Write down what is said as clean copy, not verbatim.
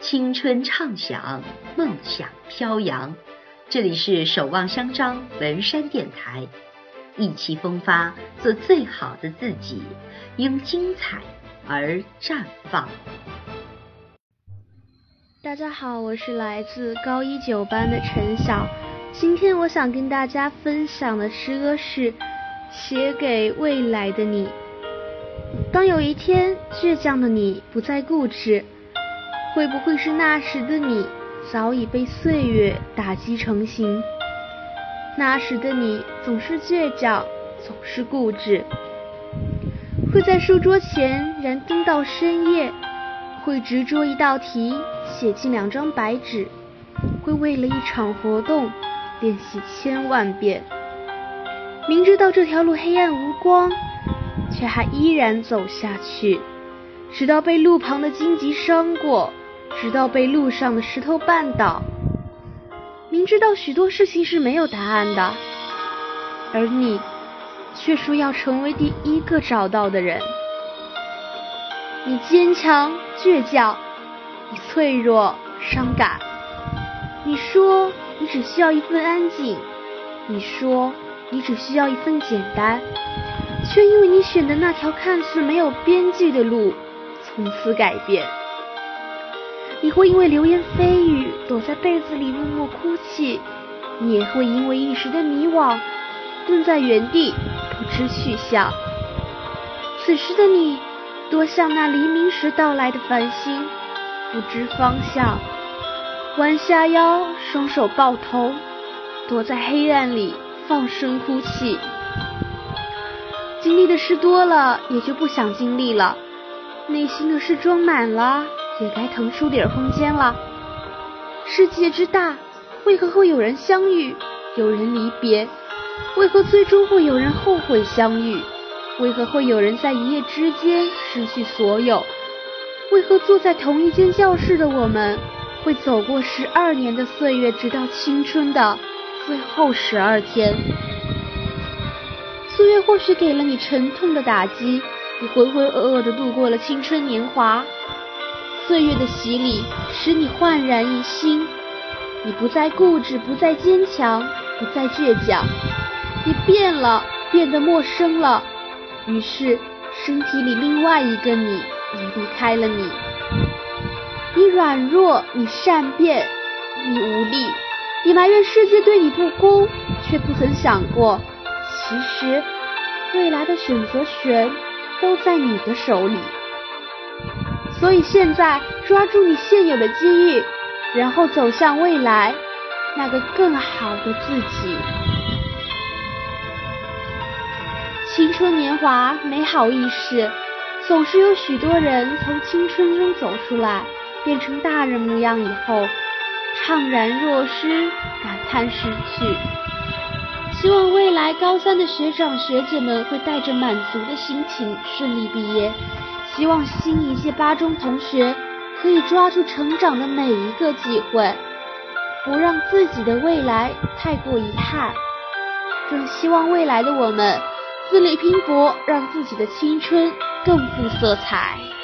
青春畅想，梦想飘扬。这里是守望相张文山电台，意气风发，做最好的自己，因精彩而绽放。 大家好，我是来自高一9班的陈晓。今天我想跟大家分享的诗歌是写给未来的你。当有一天倔强的你不再固执，会不会是那时的你早已被岁月打击成形？那时的你总是倔强，总是固执，会在书桌前燃灯到深夜，会执着一道题写进2张白纸，会为了一场活动练习1000万遍。明知道这条路黑暗无光，却还依然走下去，直到被路旁的荆棘伤过，直到被路上的石头绊倒。明知道许多事情是没有答案的，而你却说要成为第一个找到的人。你坚强倔强，你脆弱伤感。你说你只需要一份安静，你说你只需要一份简单，却因为你选的那条看似没有边际的路，从此改变。你会因为流言蜚语躲在被子里默默哭泣，你也会因为一时的迷惘顿在原地不知去向。此时的你多像那黎明时到来的繁星，不知方向，弯下腰，双手抱头，躲在黑暗里放声哭泣。经历的事多了，也就不想经历了，内心的事装满了，也该腾出点空间了。世界之大，为何会有人相遇，有人离别？为何最终会有人后悔相遇？为何会有人在一夜之间失去所有？为何坐在同一间教室的我们，会走过12年的岁月，直到青春的最后12天？岁月或许给了你沉痛的打击，你浑浑噩噩地度过了青春年华。岁月的洗礼使你焕然一新，你不再固执，不再坚强，不再倔强，你变了，变得陌生了。于是身体里另外一个你也离开了你。你软弱，你善变，你无力，你埋怨世界对你不公，却不曾想过，其实未来的选择权都在你的手里。所以现在抓住你现有的机遇，然后走向未来，那个更好的自己。青春年华，美好易逝，总是有许多人从青春中走出来，变成大人模样以后，怅然若失，感叹逝去。希望未来高3的学长学姐们会带着满足的心情顺利毕业，希望新一届8中同学可以抓住成长的每一个机会，不让自己的未来太过遗憾。更希望未来的我们自力拼搏，让自己的青春更富色彩。